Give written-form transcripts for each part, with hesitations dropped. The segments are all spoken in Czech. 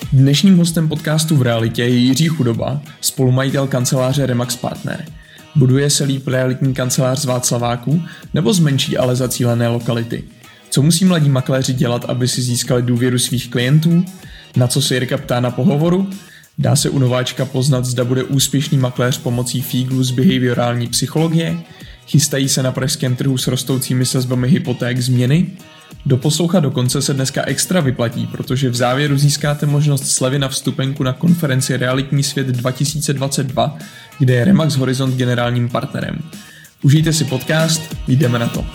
Dnešním hostem podcastu V realitě je Jiří Chudoba, spolumajitel kanceláře Remax Partner. Buduje se líp realitní kancelář z Václaváku nebo z menší, ale zacílené lokality? Co musí mladí makléři dělat, aby si získali důvěru svých klientů? Na co se Jirka ptá na pohovoru? Dá se u nováčka poznat, zda bude úspěšný makléř pomocí fíglu z behaviorální psychologie? Chystají se na pražském trhu s rostoucími sazbami hypoték změny? Doposlouchat do konce se dneska extra vyplatí, protože v závěru získáte možnost slevy na vstupenku na konferenci Realitní svět 2022, kde je Remax Horizont generálním partnerem. Užijte si podcast, jdeme na to.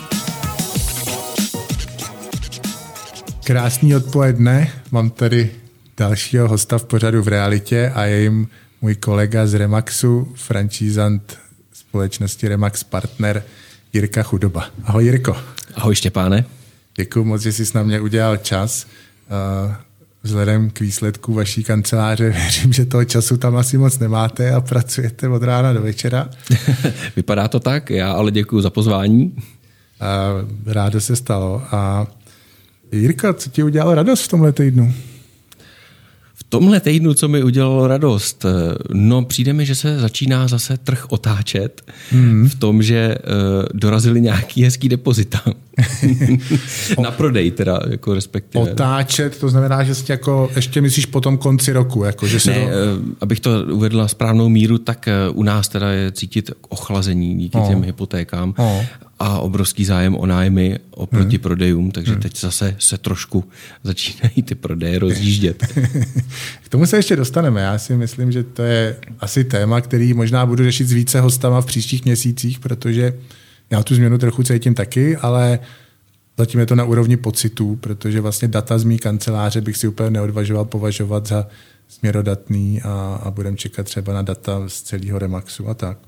Krásný odpoledne, mám tady dalšího hosta v pořadu V realitě a je jim můj kolega z Remaxu, franšízant společnosti Remax Partner Jirka Chudoba. Ahoj Jirko. Ahoj Štěpáne. Děkuji moc, že jsi na mě udělal čas. Vzhledem k výsledku vaší kanceláře věřím, že toho času tam asi moc nemáte a pracujete od rána do večera. Vypadá to tak, já ale děkuji za pozvání. Rádo se stalo. A Jirka, co ti udělalo radost v tomhle týdnu? V tomhle týdnu, co mi udělalo radost? No, přijde mi, že se začíná zase trh otáčet v tom, že dorazili nějaký hezký depozita. Na prodej teda, jako respektive. Otáčet, to znamená, že si jako ještě myslíš po tom konci roku? Jako, že se ne, abych to uvedl na správnou míru, tak u nás teda je cítit ochlazení díky těm hypotékám a obrovský zájem o nájmy oproti prodejům, takže teď zase se trošku začínají ty prodeje rozjíždět. K tomu se ještě dostaneme. Já si myslím, že to je asi téma, který možná budu řešit s více hostama v příštích měsících, protože já tu změnu trochu cítím taky, ale zatím je to na úrovni pocitů, protože vlastně data z mý kanceláře bych si úplně neodvažoval považovat za směrodatný a budem čekat třeba na data z celého Remaxu a tak.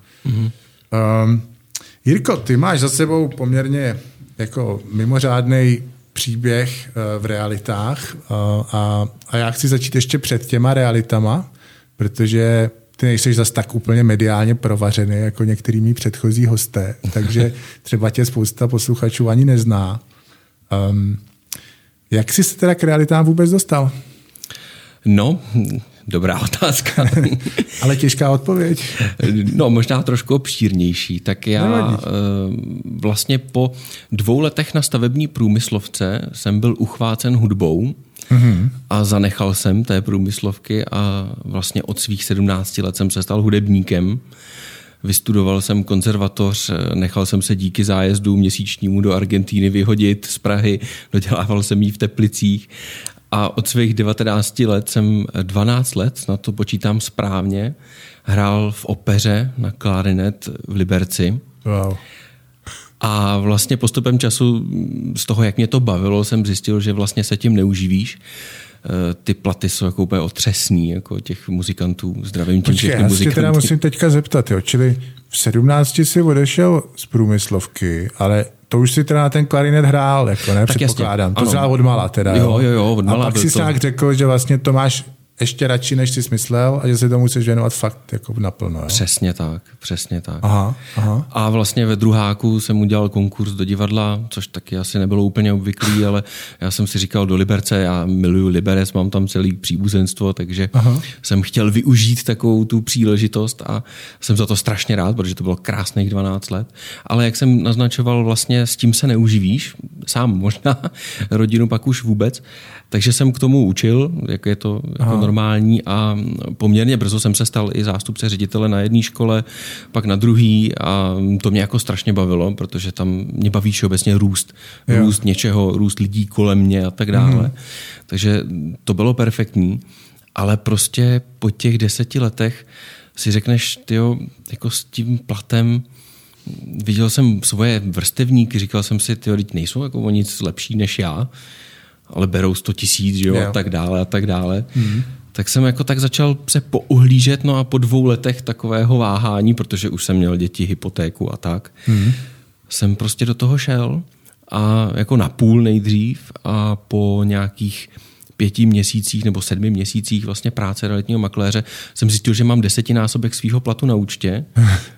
Jirko, ty máš za sebou poměrně jako mimořádný příběh v realitách a já chci začít ještě před těma realitama, protože ty nejseš zas tak úplně mediálně provařený jako některý mý předchozí hosté, takže třeba tě spousta posluchačů ani nezná. Jak jsi se teda k realitám vůbec dostal? No, dobrá otázka. Ale těžká odpověď. No, možná trošku obšírnější. Tak já vlastně po 2 letech na stavební průmyslovce jsem byl uchvácen hudbou a zanechal jsem té průmyslovky a vlastně od svých 17 let jsem se stal hudebníkem. Vystudoval jsem konzervatoř, nechal jsem se díky zájezdu měsíčnímu do Argentíny vyhodit z Prahy, dodělával jsem jí v Teplicích a od svých 19 let jsem 12 let, na to počítám správně, hrál v opeře na klarinet v Liberci. Wow. A vlastně postupem času z toho, jak mě to bavilo, jsem zjistil, že vlastně se tím neuživíš. Ty platy jsou jako úplně otřesný, jako těch muzikantů. Zdravím tím všechny muzikanty. Já se teda musím teďka zeptat, jo. Čili v 17 si odešel z průmyslovky, ale to už si teda na ten klarinet hrál, jako ne, předpokládám. To hrál od mala teda. Jo, od mala. A pak si nějak řekl, že vlastně to máš ještě radši, než jsi myslel a že se tomu musíš věnovat fakt jako naplno. Jo? Přesně tak. Aha. A vlastně ve druháku jsem udělal konkurs do divadla, což taky asi nebylo úplně obvyklý, ale já jsem si říkal do Liberce, já miluju Liberec, mám tam celý příbuzenstvo, takže jsem chtěl využít takovou tu příležitost a jsem za to strašně rád, protože to bylo krásných 12 let. Ale jak jsem naznačoval, vlastně s tím se neuživíš, sám možná, rodinu pak už vůbec, takže jsem k tomu učil, jak je to jako normální a poměrně brzo jsem se stal i zástupce ředitele na jedné škole, pak na druhý a to mě jako strašně bavilo, protože tam mě baví všeobecně růst něčeho, růst lidí kolem mě a tak dále. Takže to bylo perfektní, ale prostě po těch 10 letech si řekneš, tyjo, jako s tím platem viděl jsem svoje vrstevníky, říkal jsem si, tyjo, teď nejsou jako o nic lepší než já, ale berou 100 000, že jo, a tak dále. Tak jsem jako tak začal se pouhlížet, no a po 2 letech takového váhání, protože už jsem měl děti, hypotéku a tak, jsem prostě do toho šel a jako na půl nejdřív a po nějakých 5 měsících nebo 7 měsících vlastně práce realitního makléře jsem zjistil, že mám 10násobek svýho platu na účtě.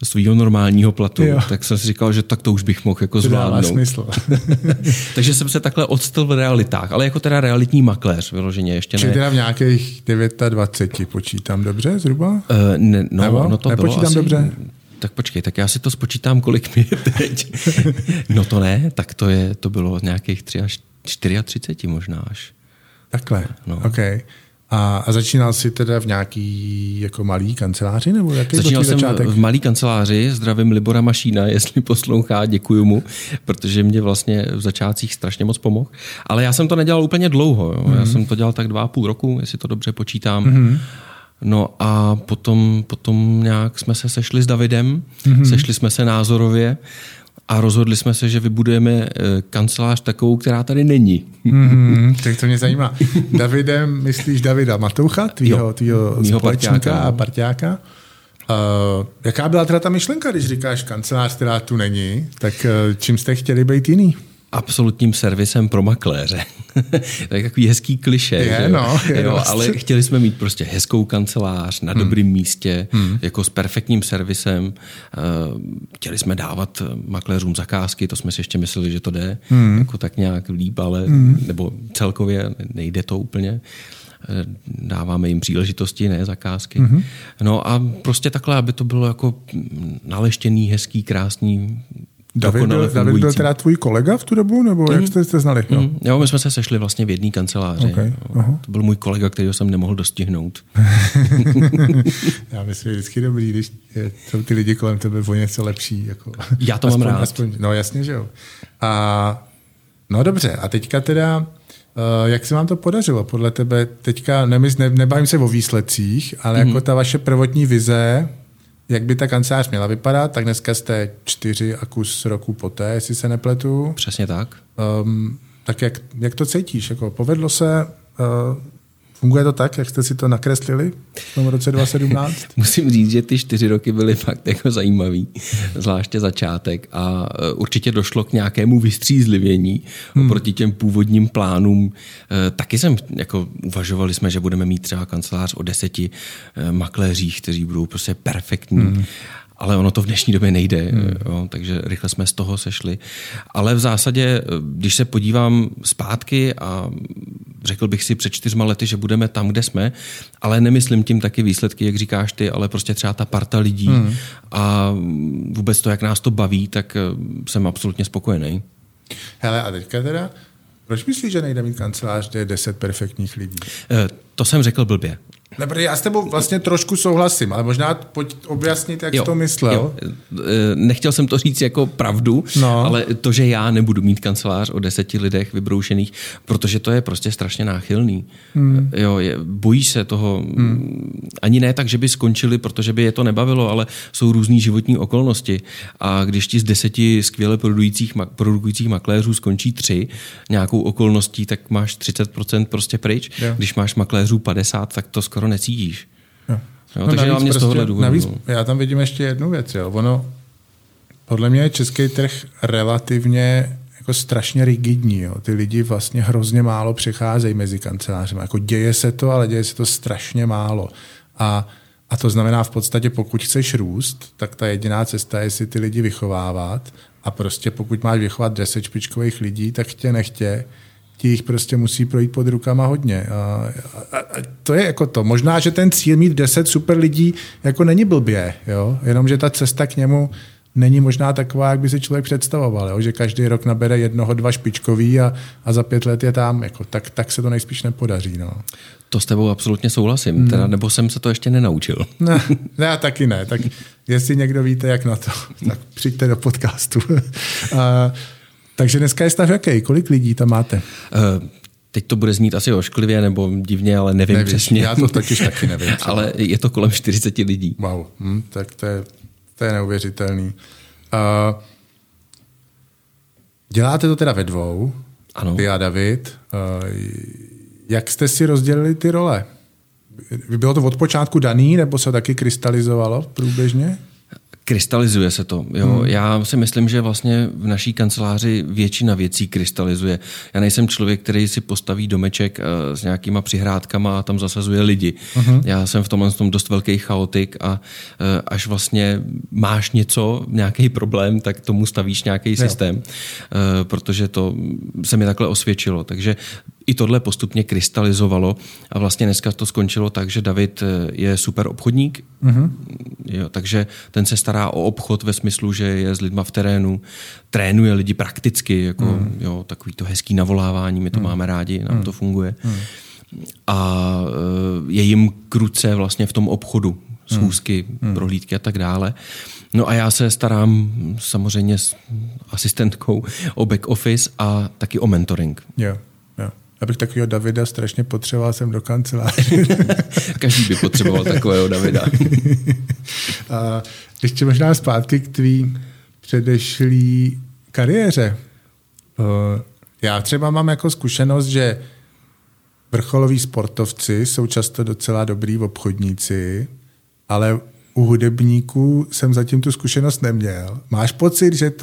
svýho normálního platu, tak jsem si říkal, že tak to už bych mohl jako zvládnout. Smysl. Takže jsem se takhle odstl v realitách, ale jako teda realitní makléř vyloženě ještě ne. Či teda v nějakých 29 počítám dobře zhruba? No to bylo asi... dobře? Tak počkej, tak já si to spočítám, kolik mi je teď. No to ne, tak to bylo nějakých 34 možná až. Takhle, okay. A začínal jsi teda v nějaký jako malý kanceláři? Nebo jaký začínal jsem v malý kanceláři, zdravím Libora Mašína, jestli poslouchá, děkuju mu, protože mě vlastně v začátcích strašně moc pomohl. Ale já jsem to nedělal úplně dlouho, jo. Já jsem to dělal tak 2,5 roku, jestli to dobře počítám. No a potom nějak jsme se sešli s Davidem, sešli jsme se názorově a rozhodli jsme se, že vybudujeme kancelář takovou, která tady není. Tak to mě zajímá. Davidem myslíš Davida Matoucha, tvýho společníka a parťáka? Jaká byla teda ta myšlenka, když říkáš kancelář, která tu není, tak čím jste chtěli být jiný? Absolutním servisem pro makléře. To je takový hezký klišé. Ale chtěli jsme mít prostě hezkou kancelář na dobrém místě, jako s perfektním servisem. Chtěli jsme dávat makléřům zakázky, to jsme si ještě mysleli, že to jde, jako tak nějak líp, ale nebo celkově nejde to úplně. Dáváme jim příležitosti, ne zakázky. No a prostě takhle, aby to bylo jako naleštěný, hezký, krásný. David byl teda tvůj kolega v tu dobu, nebo jak jste znali? Jo, my jsme se sešli vlastně v jedné kanceláři. Okay. To byl můj kolega, kterýho jsem nemohl dostihnout. Já myslím, že vždycky dobrý, když jsou ty lidi kolem tebe o něco lepší. Jako, já to mám rád. No jasně, že jo. No dobře, a teďka teda, jak se vám to podařilo podle tebe? Teďka nebavím se o výsledcích, ale jako ta vaše prvotní vize, jak by ta kancelář měla vypadat, tak dneska jste 4 a kus roku poté, jestli se nepletu. Přesně tak. Tak jak to cítíš? Jako povedlo se, funguje to tak, jak jste si to nakreslili v tom roce 2017? Musím říct, že ty 4 roky byly fakt jako zajímavý, zvláště začátek a určitě došlo k nějakému vystřízlivění oproti těm původním plánům. Taky uvažovali jsme, že budeme mít třeba kancelář o 10 makléřích, kteří budou prostě perfektní. Ale ono to v dnešní době nejde, jo, takže rychle jsme z toho sešli. Ale v zásadě, když se podívám zpátky a řekl bych si před 4 lety, že budeme tam, kde jsme, ale nemyslím tím taky výsledky, jak říkáš ty, ale prostě třeba ta parta lidí a vůbec to, jak nás to baví, tak jsem absolutně spokojený. Hele, a teďka teda, proč myslíš, že nejde mít kancelář, kde je 10 perfektních lidí? To jsem řekl blbě. Ne, protože já s tebou vlastně trošku souhlasím, ale možná pojď objasnit, jak jsi to myslel. Jo. Nechtěl jsem to říct jako pravdu, ale to, že já nebudu mít kancelář o 10 lidech vybroušených, protože to je prostě strašně náchylný. Jo, bojíš se toho, ani ne tak, že by skončili, protože by je to nebavilo, ale jsou různý životní okolnosti a když ti z 10 skvěle produkujících makléřů skončí 3 nějakou okolností, tak máš 30% prostě pryč. Jo. Když máš makléřů 50, tak to skoro necítíš. Jo, takže hlavně prostě z tohohle důvodu. Navíc já tam vidím ještě jednu věc. Jo. Ono, podle mě je český trh relativně jako strašně rigidní. Jo. Ty lidi vlastně hrozně málo přecházejí mezi kancelářemi. Jako děje se to, ale děje se to strašně málo. A to znamená v podstatě, pokud chceš růst, tak ta jediná cesta je si ty lidi vychovávat a prostě pokud máš vychovat 10 špičkových lidí, tak chtě nechtě jich prostě musí projít pod rukama hodně. A to je jako to. Možná, že ten cíl mít 10 super lidí jako není blbě, jo? Jenomže ta cesta k němu není možná taková, jak by si člověk představoval, jo? Že každý rok nabere 1, 2 špičkový a za 5 let je tam. Jako, tak se to nejspíš nepodaří. No. To s tebou absolutně souhlasím, teda, nebo jsem se to ještě nenaučil. Ne, já taky ne. Tak jestli někdo víte, jak na to, tak přijďte do podcastu. Takže dneska je stav jaký? Kolik lidí tam máte? Teď to bude znít asi ošklivě nebo divně, ale nevím přesně. Já to totiž taky nevím. Ale je to kolem 40 lidí. Wow, tak to je neuvěřitelný. Děláte to teda ve 2, ano. Ty a David. Jak jste si rozdělili ty role? Bylo to od počátku daný, nebo se taky krystalizovalo průběžně? Krystalizuje se to. Jo. Já si myslím, že vlastně v naší kanceláři většina věcí krystalizuje. Já nejsem člověk, který si postaví domeček s nějakýma přihrádkama a tam zasazuje lidi. Já jsem v tomhle dost velký chaotik a až vlastně máš nějaký problém, tak tomu stavíš nějaký systém, protože to se mi takhle osvědčilo. Takže i tohle postupně krystalizovalo a vlastně dneska to skončilo tak, že David je super obchodník, jo, takže ten se stará o obchod ve smyslu, že je s lidma v terénu, trénuje lidi prakticky, jako jo, takový to hezký navolávání, my to máme rádi, nám to funguje. A je jim k ruce vlastně v tom obchodu, schůzky, prohlídky a tak dále. No a já se starám samozřejmě s asistentkou o back office a taky o mentoring. Jo. Já bych takového Davida strašně potřeboval sem do kanceláře. Každý by potřeboval takového Davida. A ještě možná zpátky k tvý předešlý kariéře. Já třeba mám jako zkušenost, že vrcholoví sportovci jsou často docela dobrý obchodníci, ale u hudebníků jsem zatím tu zkušenost neměl. Máš pocit, že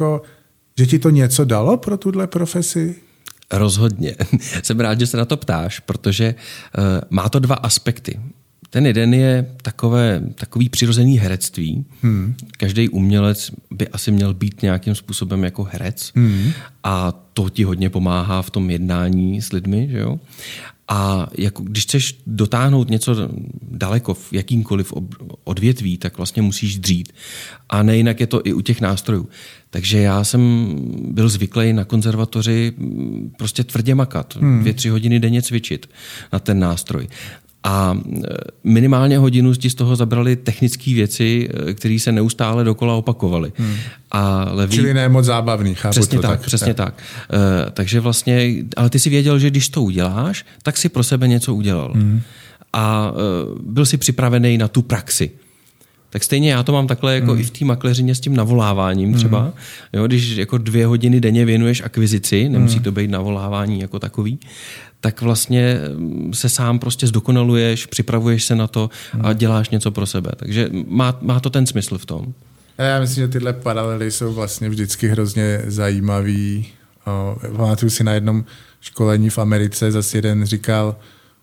že ti to něco dalo pro tuhle profesi? Rozhodně. Jsem rád, že se na to ptáš, protože má to dva aspekty. Ten jeden je takový přirozený herectví. Každý umělec by asi měl být nějakým způsobem jako herec a to ti hodně pomáhá v tom jednání s lidmi, že jo? A jako, když chceš dotáhnout něco daleko v jakýmkoliv odvětví, tak vlastně musíš dřít. A nejinak je to i u těch nástrojů. Takže já jsem byl zvyklý na konzervatoři prostě tvrdě makat. 2-3 hodiny denně cvičit na ten nástroj. A minimálně hodinu z toho zabrali technické věci, které se neustále dokola opakovaly. Čili ne moc zábavný, chápu přesně to. Tak, přesně tak. Takže vlastně, ale ty si věděl, že když to uděláš, tak si pro sebe něco udělal. A byl si připravený na tu praxi. Tak stejně já to mám takhle jako i v té makléřině s tím navoláváním třeba. Jo, když jako 2 hodiny denně věnuješ akvizici, nemusí to být navolávání jako takový, tak vlastně se sám prostě zdokonaluješ, připravuješ se na to a děláš něco pro sebe. Takže má to ten smysl v tom. Já myslím, že tyhle paralely jsou vlastně vždycky hrozně zajímavý. Pamatuju si na jednom školení v Americe, zase jeden říkal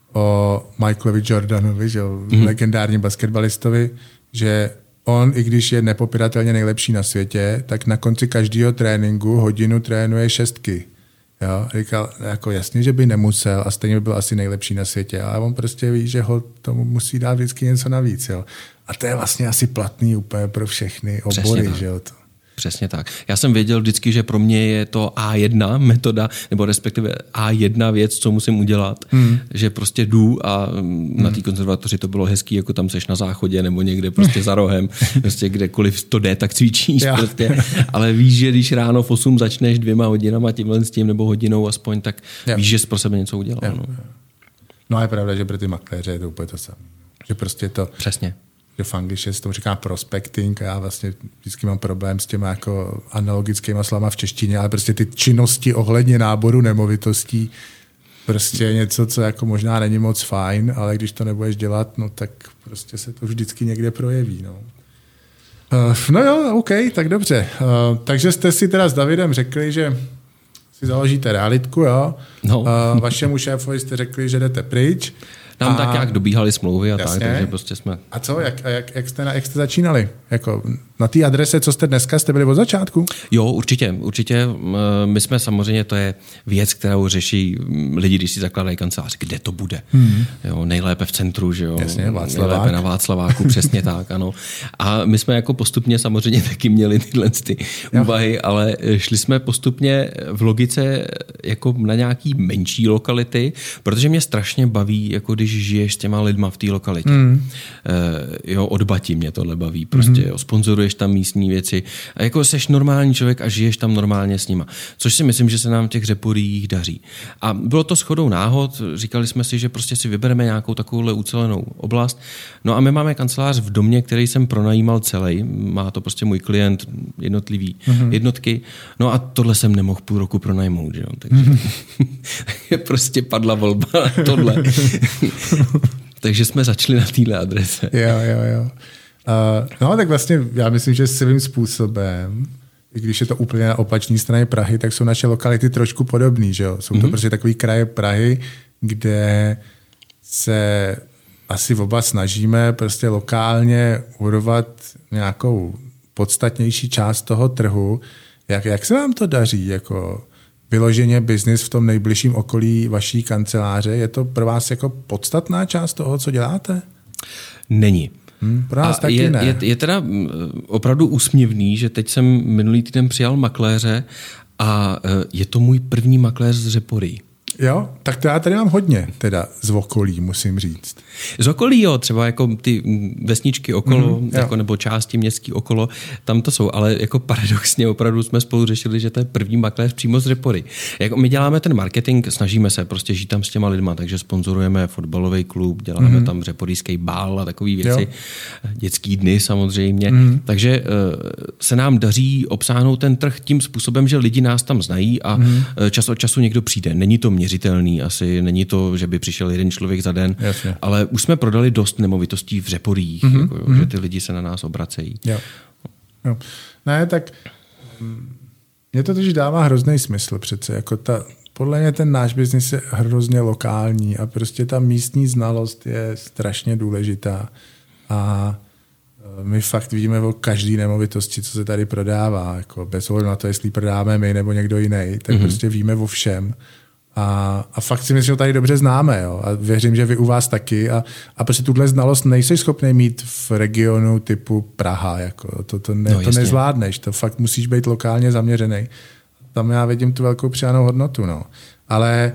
o Michaelovi Jordanovi, že legendárním basketbalistovi, že on, i když je nepopiratelně nejlepší na světě, tak na konci každého tréninku hodinu trénuje 6. Jo? Říkal, jako jasně, že by nemusel a stejně by byl asi nejlepší na světě, ale on prostě ví, že ho tomu musí dát vždycky něco navíc. Jo? A to je vlastně asi platný úplně pro všechny obory. Že jo? Přesně tak. Já jsem věděl vždycky, že pro mě je to A1 metoda, nebo respektive A1 věc, co musím udělat, že prostě jdu a na té konzervatoři to bylo hezký, jako tam seš na záchodě nebo někde prostě za rohem, prostě kdekoliv to jde, tak cvičíš prostě. Ale víš, že když ráno v 8 začneš 2 hodinama tímhle s tím nebo hodinou aspoň, tak víš, že jsi pro sebe něco udělal. No a je pravda, že pro ty makléře je to úplně to samé. Že prostě to... Přesně. Že v angličtině se tomu říká prospecting a já vlastně vždycky mám problém s těma jako analogickýma slovama v češtině, ale prostě ty činnosti ohledně náboru nemovitostí prostě něco, co jako možná není moc fajn, ale když to nebudeš dělat, no tak prostě se to vždycky někde projeví. No jo, OK, tak dobře. Takže jste si teda s Davidem řekli, že si založíte realitku, jo? No. Vašemu šéfovi jste řekli, že jdete pryč. Tam tak jak dobíhaly smlouvy a tak, takže prostě jsme... A co? Jak jste začínali? Jako na té adrese, co jste dneska, jste byli od začátku? Jo, určitě. My jsme samozřejmě, to je věc, kterou řeší lidi, když si zakládají kancelář. Kde to bude? Jo, nejlépe v centru, že jo? Jasně, nejlépe na Václaváku, přesně tak, ano. A my jsme jako postupně samozřejmě taky měli tyhle ty úvahy, ale šli jsme postupně v logice jako na nějaký menší lokality, protože mě strašně baví, jako když žiješ s těma lidma v té lokalitě. Jo, od Bati mě tohle baví. Prostě jo, sponzoruješ tam místní věci a jako seš normální člověk a žiješ tam normálně s nima. Což si myslím, že se nám v těch Řeporyjích daří. A bylo to shodou náhod, říkali jsme si, že prostě si vybereme nějakou takovouhle ucelenou oblast. No a my máme kancelář v domě, který jsem pronajímal celý. Má to prostě můj klient, jednotlivý jednotky. No a tohle jsem nemohl půl roku pronajmout, že jo. Takže prostě padla volba na tohle. Takže jsme začali na téhle adrese. Jo. No tak vlastně já myslím, že svým způsobem, i když je to úplně na opačné straně Prahy, tak jsou naše lokality trošku podobný, že jo? Jsou to prostě takový kraje Prahy, kde se asi oba snažíme prostě lokálně urovat nějakou podstatnější část toho trhu. Jak se vám to daří? Jako vyloženě biznis v tom nejbližším okolí vaší kanceláře? Je to pro vás jako podstatná část toho, co děláte? Není. Pro nás taky ne. Je teda opravdu úsměvný, že teď jsem minulý týden přijal makléře a je to můj první makléř z Řeporyjí. Jo, tak to já tady mám hodně teda z okolí, musím říct. Z okolí, jo, třeba jako ty vesničky okolo, jako, nebo části městský okolo, tam to jsou, ale jako paradoxně opravdu jsme spolu řešili, že to je první makléř přímo z Řeporyjí. Jako my děláme ten marketing, snažíme se prostě žít tam s těma lidma, takže sponzorujeme fotbalový klub, děláme tam řeporyjský bál a takové věci, dětský dny samozřejmě, takže se nám daří obsáhnout ten trh tím způsobem, že lidi nás tam znají a čas od času někdo přijde. Není to měřitelný asi, není to, že by přišel jeden člověk za den, jasně. Ale už jsme prodali dost nemovitostí v Řeporyjích, jako, že ty lidi se na nás obracejí. Jo. Ne, tak mě to totiž dává hrozný smysl přece, jako podle mě ten náš biznis je hrozně lokální a prostě ta místní znalost je strašně důležitá a my fakt víme o každý nemovitosti, co se tady prodává, jako bez ohledu na to, jestli prodáváme my nebo někdo jiný, tak prostě víme o všem. A fakt si myslím, že to tady dobře známe. Jo? A věřím, že vy u vás taky. A prostě tuhle znalost nejseš schopný mít v regionu typu Praha. Jako. To nezvládneš. To fakt musíš být lokálně zaměřený. Tam já vidím tu velkou přidanou hodnotu. No. Ale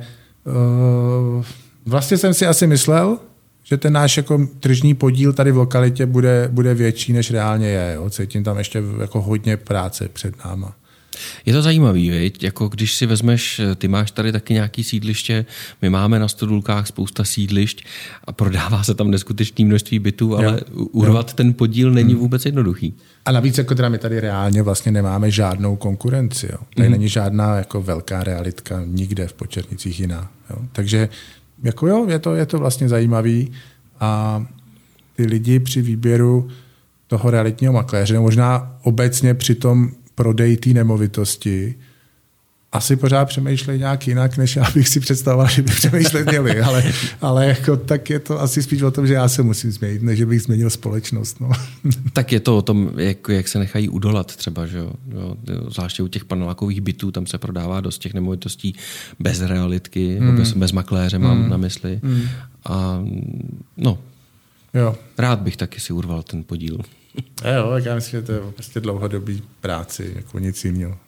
vlastně jsem si asi myslel, že ten náš jako tržní podíl tady v lokalitě bude větší, než reálně je. Jo? Cítím tam ještě jako hodně práce před náma. Je to zajímavý, viď? Jako když si vezmeš, ty máš tady taky nějaký sídliště, my máme na Stodulkách spousta sídlišť a prodává se tam neskutečné množství bytů, ale urvat ten podíl není vůbec jednoduchý. A navíc jako teda my tady reálně vlastně nemáme žádnou konkurenci. Jo. Tady není žádná jako velká realitka nikde v Počernicích jiná. Jo. Takže jako je to vlastně zajímavý a ty lidi při výběru toho realitního makléře, možná obecně při tom prodej té nemovitosti, asi pořád přemýšlejí nějak jinak, než já bych si představoval, že by přemýšlet měli, ale jako, tak je to asi spíš o tom, že já se musím změnit, než bych změnil společnost. No. Tak je to o tom, jak se nechají udolat třeba, že jo? Zvláště u těch panelákových bytů, tam se prodává dost těch nemovitostí bez realitky, bez makléře mám na mysli. A no, rád bych taky si urval ten podíl. Jo, tak já myslím, že to je prostě dlouhodobý práci, jako nic jiného.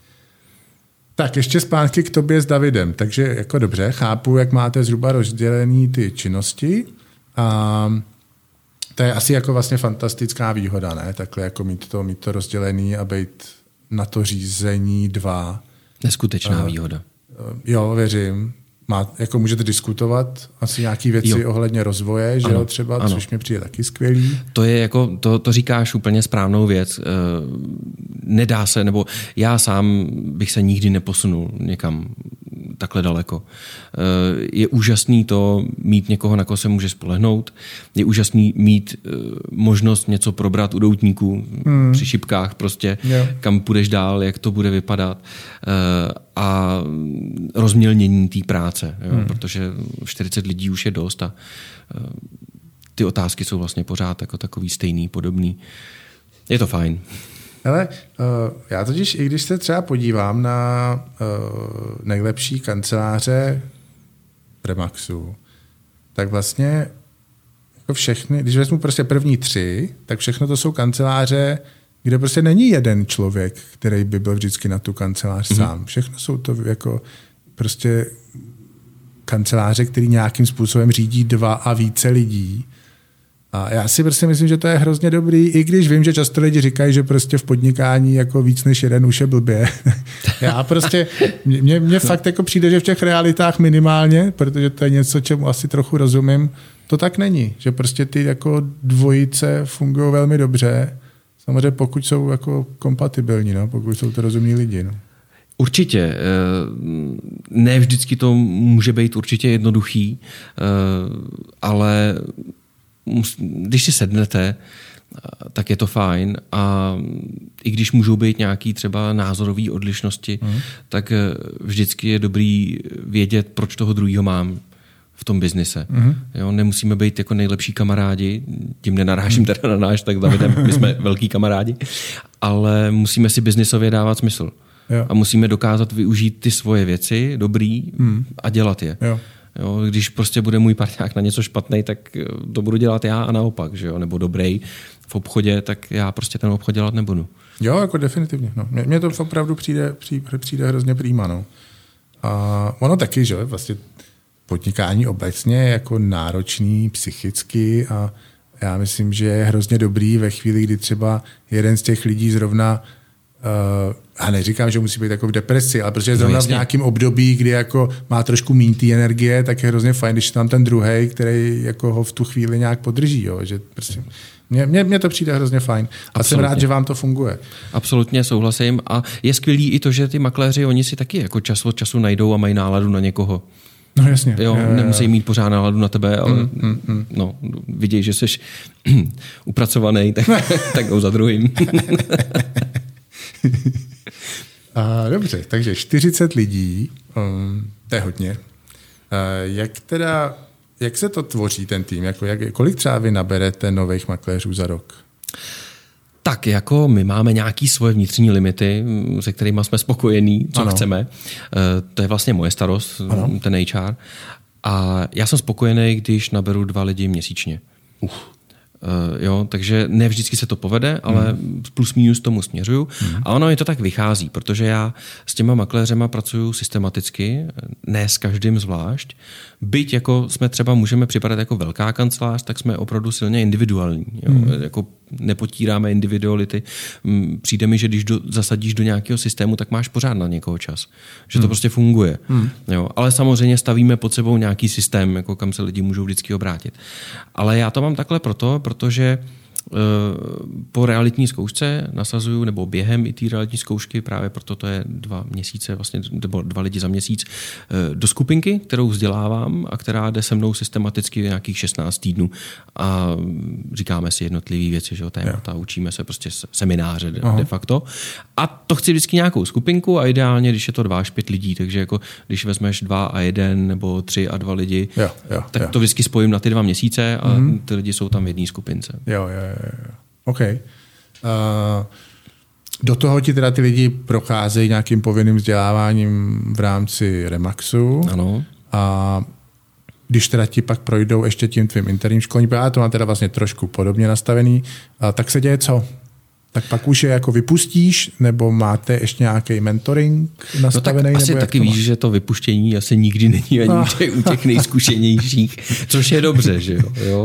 Tak ještě zpátky k tobě s Davidem. Takže jako dobře, chápu, jak máte zhruba rozdělený ty činnosti a to je asi jako vlastně fantastická výhoda, ne? Takhle jako mít to rozdělený a být na to řízení 2. Neskutečná výhoda. Jo, věřím. Jako můžete diskutovat asi nějaké věci ohledně rozvoje, že jo, třeba, což mi přijde taky skvělý. To je jako, to říkáš úplně správnou věc. Nedá se, nebo já sám bych se nikdy neposunul někam takhle daleko. Je úžasný to mít někoho, na koho se může spolehnout. Je úžasný mít možnost něco probrat u doutníků při šipkách prostě, kam půjdeš dál, jak to bude vypadat. A rozmělnění té práce, jo? Protože 40 lidí už je dost a ty otázky jsou vlastně pořád jako takový stejný, podobný. Je to fajn. Ale já totiž, i když se třeba podívám na nejlepší kanceláře Remaxu, tak vlastně jako všechny, když vezmu prostě první 3, tak všechno to jsou kanceláře, kde prostě není jeden člověk, který by byl vždycky na tu kancelář sám. Všechno jsou to jako prostě kanceláře, který nějakým způsobem řídí 2 a více lidí. A já si prostě myslím, že to je hrozně dobrý, i když vím, že často lidi říkají, že prostě v podnikání jako víc než jeden už je blbě. Já prostě, mně fakt jako přijde, že v těch realitách minimálně, protože to je něco, čemu asi trochu rozumím, to tak není. Že prostě ty jako dvojice fungují velmi dobře. Samozřejmě pokud jsou jako kompatibilní, no, pokud jsou to rozumní lidi. No. Určitě. Ne vždycky to může být určitě jednoduchý, ale když si sednete tak je to fajn. A i když můžou být nějaký třeba názorový odlišnosti, tak vždycky je dobrý vědět, proč toho druhýho mám v tom biznise. Jo, nemusíme být jako nejlepší kamarádi, tím nenarážím teda na náš, tak Davidem, my jsme velký kamarádi, ale musíme si biznisově dávat smysl. Jo. A musíme dokázat využít ty svoje věci dobrý a dělat je. Jo, když prostě bude můj parťák na něco špatný, tak to budu dělat já a naopak, že jo? Nebo dobrý v obchodě, tak já prostě ten obchod dělat nebudu. Jo, jako definitivně. No. Mně to opravdu přijde hrozně prýma. No. A ono taky, že vlastně podnikání obecně je jako náročný psychicky a já myslím, že je hrozně dobrý ve chvíli, kdy třeba jeden z těch lidí zrovna a neříkám, že musí být jako v depresi, ale protože zrovna v nějakém období, kdy jako má trošku míň té energie, tak je hrozně fajn, když tam ten druhej, který jako ho v tu chvíli nějak podrží. Jo? Že prostě mně to přijde hrozně fajn. A jsem rád, že vám to funguje. Absolutně souhlasím. A je skvělý i to, že ty makléři, oni si taky jako čas od času najdou a mají náladu na někoho. No jasně. Jo, nemusí mít pořád náladu na tebe, ale no, viděj, že jsi upracovaný, tak jdou za druhým. Dobře, takže 40 lidí, to je hodně. Jak se to tvoří ten tým? Kolik třeba vy naberete nových makléřů za rok? Tak jako my máme nějaký svoje vnitřní limity, se kterými jsme spokojení, co chceme. To je vlastně moje starost, ten HR. A já jsem spokojený, když naberu 2 lidi měsíčně. Jo, takže ne vždycky se to povede, ale plus minus tomu směřuju. A ono je to tak vychází, protože já s těma makléřema pracuju systematicky, ne s každým zvlášť. Byť jako jsme třeba můžeme připadat jako velká kancelář, tak jsme opravdu silně individuální. Jo. Jako nepotíráme individuality. Přijde mi, že když zasadíš do nějakého systému, tak máš pořád na někoho čas. Že to prostě funguje. Jo. Ale samozřejmě stavíme pod sebou nějaký systém, jako kam se lidi můžou vždycky obrátit. Ale já to mám takhle protože po realitní zkoušce nasazuju, nebo během i té realitní zkoušky, právě proto to je 2 měsíce, vlastně, nebo 2 lidi za měsíc, do skupinky, kterou vzdělávám a která jde se mnou systematicky nějakých 16 týdnů a říkáme si jednotlivé věci, že jo, témata, učíme se prostě semináře de facto. A to chci vždycky nějakou skupinku a ideálně, když je to 2 až 5 lidí, takže jako když vezmeš 2 a 1 nebo 3 a 2 lidi, tak to vždycky spojím na ty 2 měsíce a ty lidi jsou tam v jedné skupince. Jo. OK. Do toho ti teda ty lidi procházejí nějakým povinným vzděláváním v rámci Remaxu. Ano. A když teda ti pak projdou ještě tím tvým interním školením, já to mám teda vlastně trošku podobně nastavený, tak se děje co? Tak pak už je jako vypustíš, nebo máte ještě nějaký mentoring nastavený? No tak asi taky víš, že to vypuštění asi nikdy není ani u těch nejzkušenějších, což je dobře, že jo?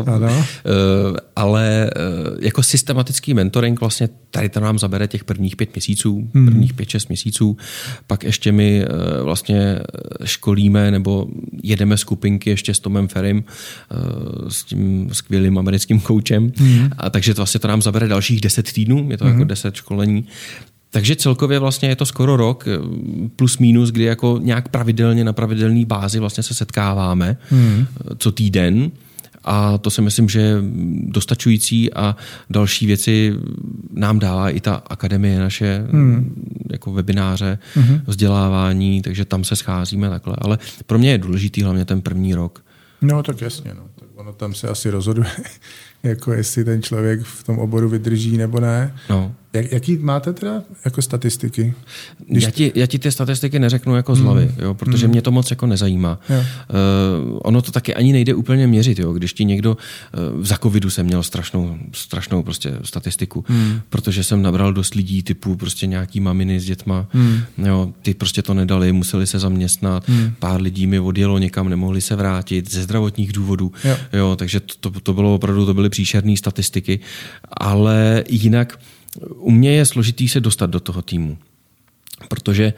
Ale jako systematický mentoring vlastně tady to nám zabere těch prvních 5 měsíců, prvních 5-6 měsíců, pak ještě my vlastně školíme nebo jedeme skupinky ještě s Tomem Ferrym, s tím skvělým americkým koučem, a takže to vlastně to nám zabere dalších 10 týdnů, je to jako 10 školení. Takže celkově vlastně je to skoro rok, plus minus, kdy jako nějak pravidelně na pravidelné bázi vlastně se setkáváme co týden. A to si myslím, že je dostačující a další věci nám dává i ta akademie naše, jako webináře, vzdělávání, takže tam se scházíme takhle. Ale pro mě je důležitý hlavně ten první rok. No tak jasně, no. Tak ono tam se asi rozhoduje, jako jestli ten člověk v tom oboru vydrží nebo ne. No. Jaký máte teda jako statistiky? Já ti ty statistiky neřeknu jako z hlavy, jo, protože mě to moc jako nezajímá. Ono to taky ani nejde úplně měřit, jo, když ti někdo za covidu jsem měl strašnou prostě statistiku, protože jsem nabral dost lidí typu prostě nějaký maminy s dětma, jo, ty prostě to nedali, museli se zaměstnat, pár lidí mi odjelo někam, nemohli se vrátit ze zdravotních důvodů, jo, takže to bylo opravdu, to byly příšerné statistiky, ale jinak u mě je složitý se dostat do toho týmu, protože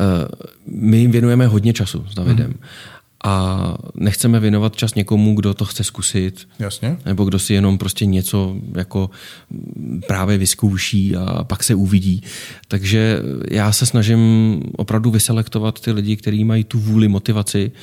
my jim věnujeme hodně času s Davidem a nechceme věnovat čas někomu, kdo to chce zkusit. Jasně. Nebo kdo si jenom prostě něco jako právě vyzkouší a pak se uvidí. Takže já se snažím opravdu vyselektovat ty lidi, kteří mají tu vůli, motivaci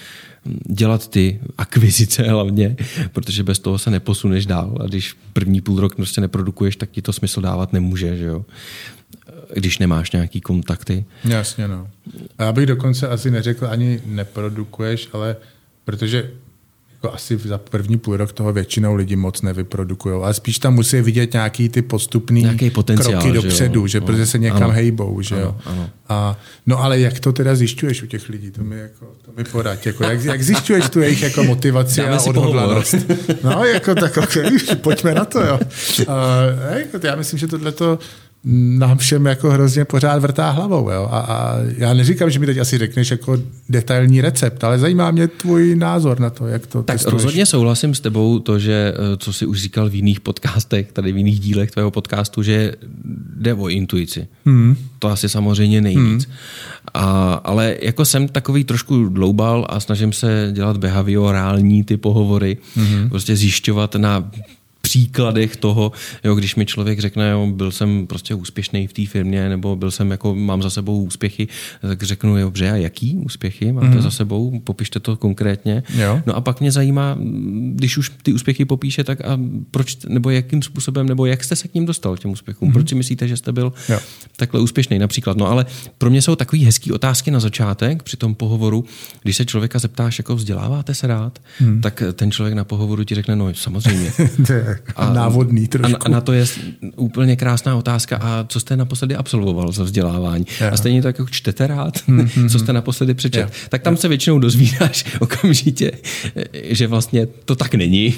dělat ty akvizice hlavně, protože bez toho se neposuneš dál a když první půl rok prostě neprodukuješ, tak ti to smysl dávat nemůže, že jo? Když nemáš nějaký kontakty. Jasně, no. A já bych dokonce asi neřekl ani neprodukuješ, ale protože jako asi za první půl rok toho většinou lidi moc nevyprodukujou, ale spíš tam musí vidět nějaký ty postupný kroky dopředu, že protože se někam hejbou, že jo. Ano. A, no ale jak to teda zjišťuješ u těch lidí? To mi poraď. Jako, jak zjišťuješ tu jejich jako motivaci a odhodlanost? No, jako tak, okay, pojďme na to, jo. Já myslím, že tohleto nám všem jako hrozně pořád vrtá hlavou. Jo? A já neříkám, že mi teď asi řekneš jako detailní recept, ale zajímá mě tvůj názor na to, jak to tak testuješ. Rozhodně souhlasím s tebou to, že co jsi už říkal v jiných podcastech, tady v jiných dílech tvého podcastu, že jde o intuici. To asi samozřejmě nejvíc. Ale jako jsem takový trošku dloubal a snažím se dělat behaviorální ty pohovory, prostě zjišťovat na příkladech toho, jo, když mi člověk řekne, jo, byl jsem prostě úspěšný v té firmě, nebo byl jsem jako, mám za sebou úspěchy, tak řeknu, jo, dobře, a jaký úspěchy máte za sebou? Popište to konkrétně. Jo. No a pak mě zajímá, když už ty úspěchy popíše, tak a proč, nebo jakým způsobem, nebo jak jste se k ním dostal, k těm úspěchům? Proč si myslíte, že jste byl takhle úspěšný například? No ale pro mě jsou takový hezký otázky na začátek při tom pohovoru, když se člověka zeptáš, jako vzděláváte se rád, tak ten člověk na pohovoru ti řekne, no samozřejmě. Návodný trošku. A na to je úplně krásná otázka. A co jste naposledy absolvoval za vzdělávání? A stejně tak, jako čtete rád? Co jste naposledy přečet? Tak tam se většinou dozvídáš okamžitě, že vlastně to tak není.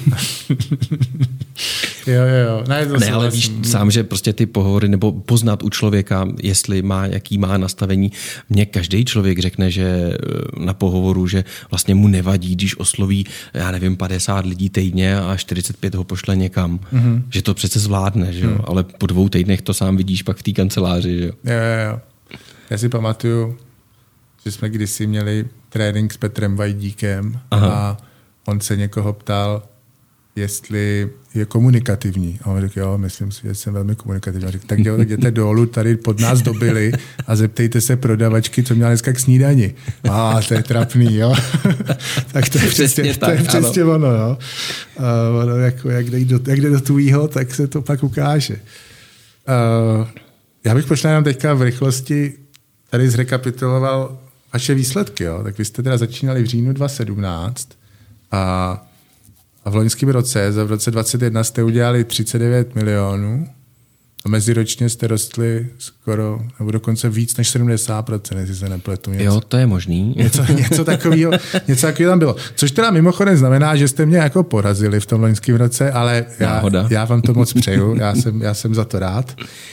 Jo. Ne, ale víš sám, že prostě ty pohovory, nebo poznat u člověka, jestli má, jaký má nastavení. Mně každý člověk řekne, že na pohovoru, že vlastně mu nevadí, když osloví, já nevím, 50 lidí týdně a 45 ho pošle někam. Že to přece zvládne, že jo? Ale po 2 týdnech to sám vidíš pak v té kanceláři, že jo? Jo. Já si pamatuju, že jsme kdysi měli trénink s Petrem Vajdíkem a on se někoho ptal, jestli je komunikativní. A on řekl, jo, myslím si, že jsem velmi komunikativní. Řekl, tak jo, jděte dolů, tady pod nás dobili a zeptejte se prodavačky, co měla dneska k snídani. To je trapný, jo. Tak to je přesně ono, jo. Ono jako, jak jde do tvýho, tak se to pak ukáže. Já bych pošla jenom teďka v rychlosti tady zrekapituloval vaše výsledky, jo. Tak vy jste teda začínali v říjnu 2017 a v loňském roce, v roce 2021 jste udělali 39 milionů a meziročně jste rostli skoro, nebo dokonce víc než 70%, jestli se nepletu. Jo, to je možný. Něco takového tam bylo. Což teda mimochodem znamená, že jste mě jako porazili v tom loňském roce, ale já vám to moc přeju, já jsem za to rád.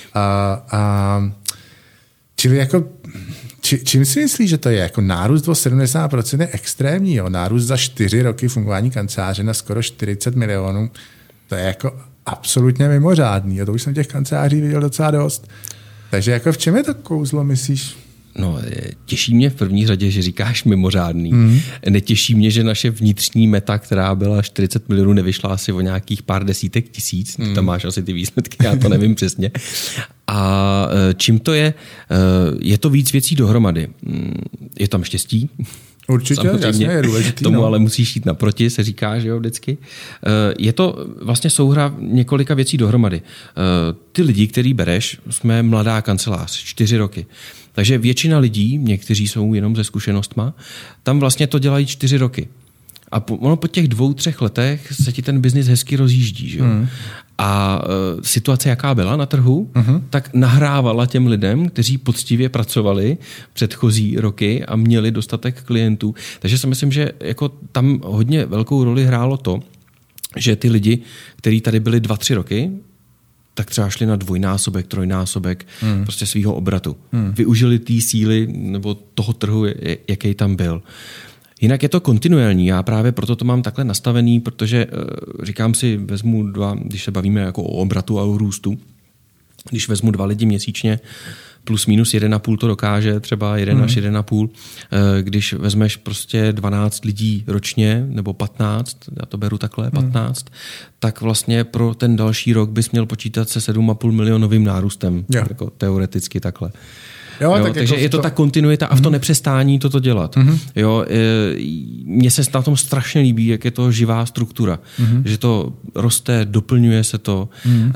Čili jako čím si myslíš, že to je? Jako nárůst o 70% je extrémní. Jo? Nárůst za 4 roky fungování kanceláře na skoro 40 milionů. To je jako absolutně mimořádný. A to už jsem těch kanceláří viděl docela dost. Takže jako v čem je to kouzlo, myslíš? No, těší mě v první řadě, že říkáš mimořádný. Netěší mě, že naše vnitřní meta, která byla 40 milionů, nevyšla asi o nějakých pár desítek tisíc. Tam máš asi ty výsledky, já to nevím přesně. A čím to je? Je to víc věcí dohromady. Je tam štěstí. Určitě, jasně, je důležitý. Tomu ale musíš jít naproti, se říká, že jo, vždycky. Je to vlastně souhra několika věcí dohromady. Ty lidi, který bereš, jsme mladá kancelář, 4 roky. Takže většina lidí, někteří jsou jenom se zkušenostma, tam vlastně to dělají 4 roky. A po těch 2-3 letech se ti ten biznis hezky rozjíždí. Že? A situace, jaká byla na trhu, tak nahrávala těm lidem, kteří poctivě pracovali předchozí roky a měli dostatek klientů. Takže si myslím, že jako tam hodně velkou roli hrálo to, že ty lidi, kteří tady byli 2-3 roky, tak třeba šli na 2násobek, 3násobek prostě svýho obratu. Využili té síly nebo toho trhu, jaký tam byl. Jinak je to kontinuální. Já právě proto to mám takhle nastavený, protože říkám si, vezmu 2, když se bavíme jako o obratu a o růstu, když vezmu 2 lidi měsíčně, plus minus 1,5 to dokáže, třeba 1 až 1,5. Když vezmeš prostě 12 lidí ročně, nebo 15, já to beru takhle, 15, tak vlastně pro ten další rok bys měl počítat se 7,5 milionovým nárůstem. Jako teoreticky takhle. Takže je to ta kontinuita a v to nepřestání toto dělat. Jo, mně se na tom strašně líbí, jak je to živá struktura. Že to roste, doplňuje se to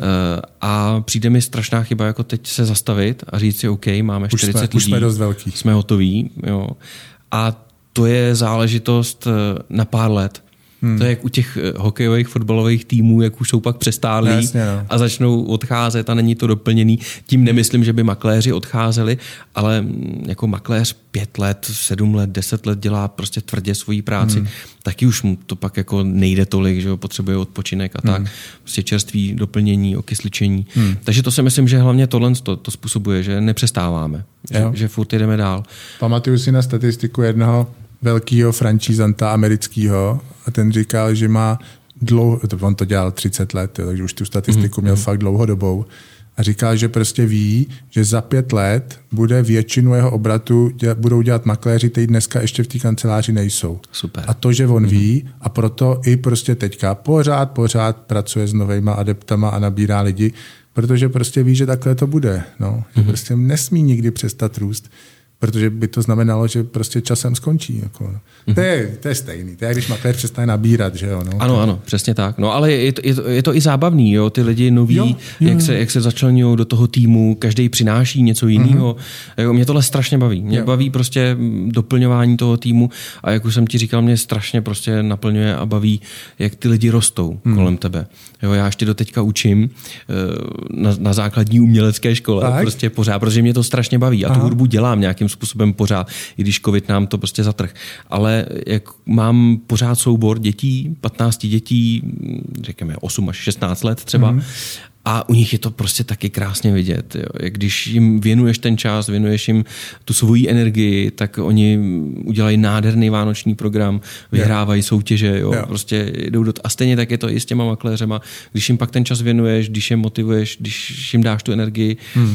a přijde mi strašná chyba jako teď se zastavit a říct si OK, máme 40 lidí. Už jsme dost velký. Jsme hotoví. Jo. A to je záležitost na pár let. To je jak u těch hokejových, fotbalových týmů, jak už jsou pak přestárlí a začnou odcházet a není to doplněný. Tím nemyslím, že by makléři odcházeli, ale jako makléř 5 let, 7 let, 10 let dělá prostě tvrdě svoji práci, taky už mu to pak jako nejde tolik, že potřebuje odpočinek a tak. Prostě čerství, doplnění, okysličení. Takže to si myslím, že hlavně tohle to způsobuje, že nepřestáváme, že furt jdeme dál. Pamatuju si na statistiku jednoho velkýho franšízanta amerického a ten říkal, že má on to dělal 30 let, takže už tu statistiku měl fakt dlouhodobou a říkal, že prostě ví, že za 5 let bude většinu jeho obratu budou dělat makléři, kteří dneska ještě v té kanceláři nejsou. Super. A to, že on ví a proto i prostě teďka pořád pracuje s novejma adeptama a nabírá lidi, protože prostě ví, že takhle to bude. No. Že prostě nesmí nikdy přestat růst. Protože by to znamenalo, že prostě časem skončí. Jako. To je stejný. To je, když makléř přestane nabírat. Že jo? No, ano, přesně tak. No, ale je to i zábavný. Jo? Ty lidi noví, jak se začlenují do toho týmu, každý přináší něco jiného. Mě tohle strašně baví. Mě baví prostě doplňování toho týmu a jak už jsem ti říkal, mě strašně prostě naplňuje a baví, jak ty lidi rostou kolem tebe. Jo, já ještě doteďka učím na základní umělecké škole. Prostě pořád, protože mě to strašně baví a tu hudbu dělám nějakým způsobem pořád, i když covid nám to prostě zatrh. Ale jak mám pořád soubor dětí, 15 dětí, řekněme 8 až 16 let třeba, a u nich je to prostě taky krásně vidět. Jo. Když jim věnuješ ten čas, věnuješ jim tu svoji energii, tak oni udělají nádherný vánoční program, vyhrávají soutěže, jo. Prostě jdou a stejně tak je to i s těma makléřema. Když jim pak ten čas věnuješ, když je motivuješ, když jim dáš tu energii,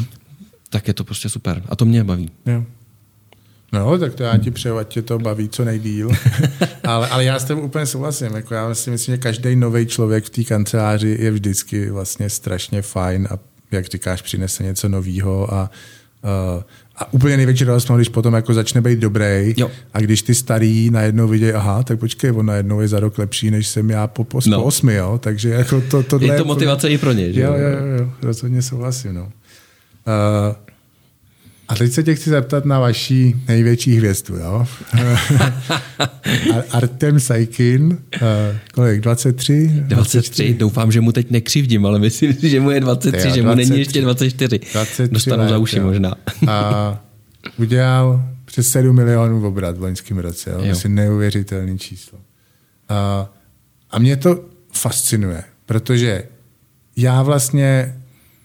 tak je to prostě super. A to mě baví. No, tak to já ti přeju, ať tě to baví co nejdýl. ale já s tím úplně souhlasím. Jako já si myslím, že každý nový člověk v té kanceláři je vždycky vlastně strašně fajn a jak říkáš, přinese něco novýho a úplně největší radost, když potom jako začne být dobrý a když ty starý najednou vidějí, tak počkej, on najednou je za rok lepší, než jsem já po 8, jo. Takže jako tohle je to motivace i pro ně, že jo, rozhodně souhlasím, no. A teď se tě chci zeptat na vaší největší hvězdu, jo? Artem Saikin, kolik, 23? 23, doufám, že mu teď nekřivdím, ale myslím si, že mu je 23, že mu není ještě 24. Dostanu za uši možná. A udělal přes 7 milionů obrat v loňském roce, jo? Myslím, neuvěřitelný číslo. A mě to fascinuje, protože já vlastně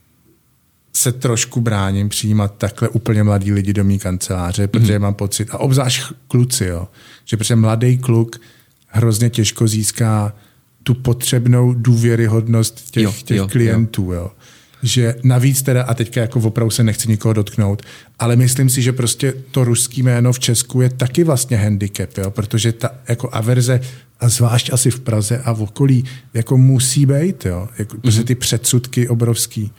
se trošku bráním přijímat takhle úplně mladý lidi do mý kanceláře, protože mám pocit, a obzvlášť kluci, jo, že protože mladý kluk hrozně těžko získá tu potřebnou důvěryhodnost těch klientů. Jo. Že navíc teda, a teďka jako opravdu se nechci nikoho dotknout, ale myslím si, že prostě to ruský jméno v Česku je taky vlastně handicap, jo, protože ta jako averze, a zvlášť asi v Praze a v okolí, jako musí být, jo, jako, protože ty předsudky obrovský.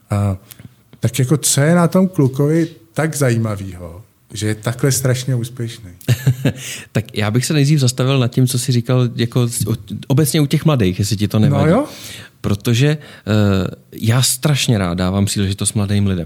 Tak jako co je na tom klukovi tak zajímavého, že je takhle strašně úspěšný? Tak já bych se nejdřív zastavil nad tím, co jsi říkal jako obecně u těch mladých, jestli ti to nevadí. No jo. Protože já strašně rád dávám příležitost mladým lidem.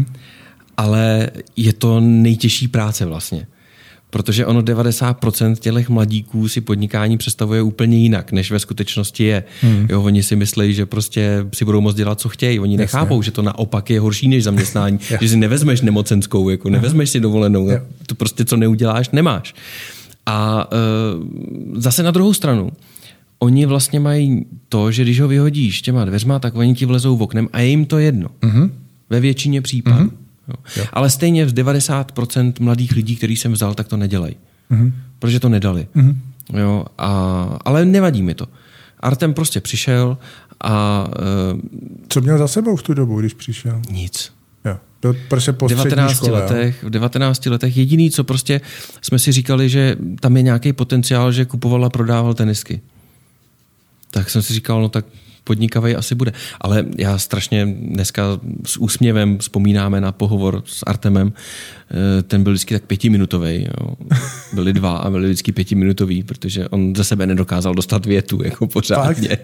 Ale je to nejtěžší práce vlastně. Protože ono 90% těch mladíků si podnikání představuje úplně jinak, než ve skutečnosti je. Jo, oni si myslí, že prostě si budou moct dělat, co chtějí. Oni nechápou, že to naopak je horší než zaměstnání. Že si nevezmeš nemocenskou, jako nevezmeš si dovolenou. To prostě, co neuděláš, nemáš. A zase na druhou stranu, oni vlastně mají to, že když ho vyhodíš těma dveřma, tak oni ti vlezou v oknem a je jim to jedno. Ve většině případů. Jo. Ale stejně z 90% mladých lidí, který jsem vzal, tak to nedělají. Protože to nedali. Jo, ale nevadí mi to. Artem prostě přišel a... Co měl za sebou v tu dobu, když přišel? Nic. Jo. Prostě po v 19 letech jediný, co prostě jsme si říkali, že tam je nějaký potenciál, že kupoval a prodával tenisky. tak jsem si říkal, no tak podnikavej asi bude. Ale já strašně dneska s úsměvem vzpomínáme na pohovor s Artemem. Ten byl vždycky tak 5minutovej. Byli 2 a byli vždycky 5minutový, protože on ze sebe nedokázal dostat větu jako pořádně.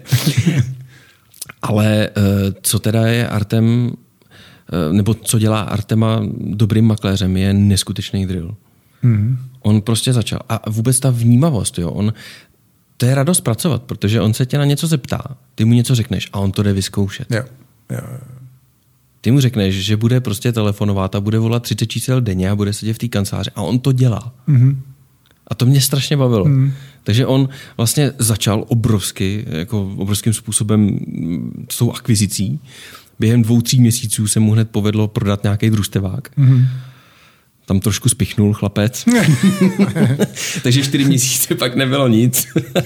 Ale co teda je Artem, nebo co dělá Artema dobrým makléřem, je neskutečný drill. On prostě začal. A vůbec ta vnímavost, jo, to je radost pracovat, protože on se tě na něco zeptá, ty mu něco řekneš a on to jde vyzkoušet. Jo. Ty mu řekneš, že bude prostě telefonovat a bude volat 30 čísel denně a bude sedět v té kanceláři a on to dělá. A to mě strašně bavilo. Takže on vlastně začal obrovským způsobem s tou akvizicí. Během 2-3 měsíců se mu hned povedlo prodat nějaký družstevák. Tam trošku spichnul chlapec. Takže 4 měsíce pak nebylo nic.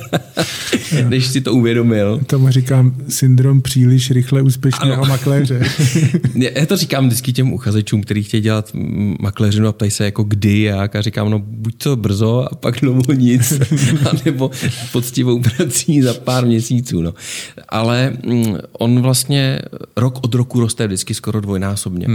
Než si to uvědomil. Tomu říkám syndrom příliš rychle úspěšného makléře. Já to říkám vždycky těm uchazečům, kteří chtějí dělat makléřinu a ptají se jako kdy, jak, a říkám, no buď to brzo a pak dlouho nic, anebo poctivou prací za pár měsíců. No. Ale on vlastně rok od roku roste vždycky skoro dvojnásobně.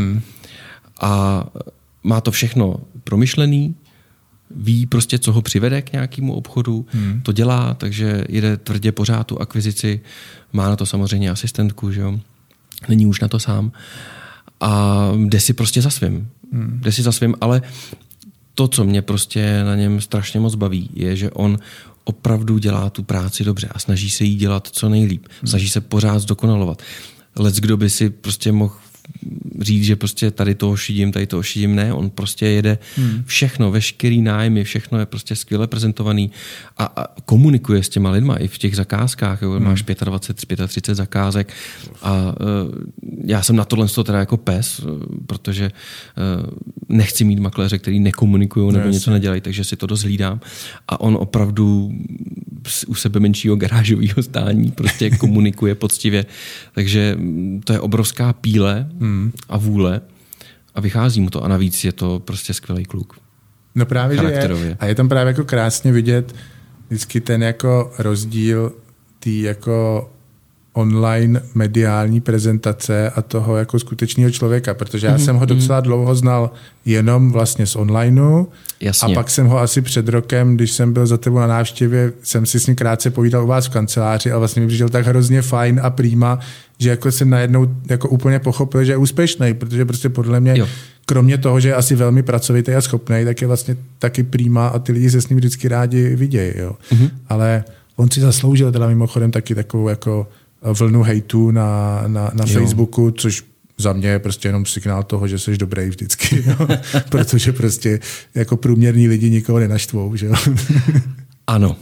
A má to všechno promyšlený, ví prostě, co ho přivede k nějakému obchodu, to dělá, takže jede tvrdě pořád tu akvizici, má na to samozřejmě asistentku, že jo? Není už na to sám a jde si prostě za svým. Ale to, co mě prostě na něm strašně moc baví, je, že on opravdu dělá tu práci dobře a snaží se jí dělat co nejlíp. Snaží se pořád zdokonalovat. Leckdo by si prostě mohl říct, že prostě tady toho šidím, ne, on prostě jede všechno, veškerý nájmy, všechno je prostě skvěle prezentovaný a komunikuje s těma lidma i v těch zakázkách, jo, máš 25-35 zakázek a já jsem na tohle teda jako pes, protože nechci mít makléře, který nekomunikují nebo něco nedělají, takže si to dost hlídám a on opravdu u sebe menšího garážového stání prostě komunikuje poctivě, takže to je obrovská píle a vůle a vychází mu to a navíc je to prostě skvělý kluk. No právě, že je. A je tam právě jako krásně vidět vždycky ten jako rozdíl tý jako online mediální prezentace a toho jako skutečného člověka, protože já jsem ho docela dlouho znal jenom vlastně z onlineu. Jasně. A pak jsem ho asi před rokem, když jsem byl za tebou na návštěvě, jsem si s ním krátce povídal u vás v kanceláři a vlastně mi přišel tak hrozně fajn a prýma, že jako jsem najednou jako úplně pochopil, že je úspěšný, protože prostě podle mě, kromě toho, že je asi velmi pracovitý a schopný, tak je vlastně taky prýma a ty lidi se s ním vždycky rádi vidějí. Jo. Ale on si zasloužil teda mimochodem taky takovou jako vlnu hejtu na Facebooku, což za mě je prostě jenom signál toho, že jsi dobrý vždycky, jo? Protože prostě jako průměrní lidi nikoho nenaštvou, že jo? Ano,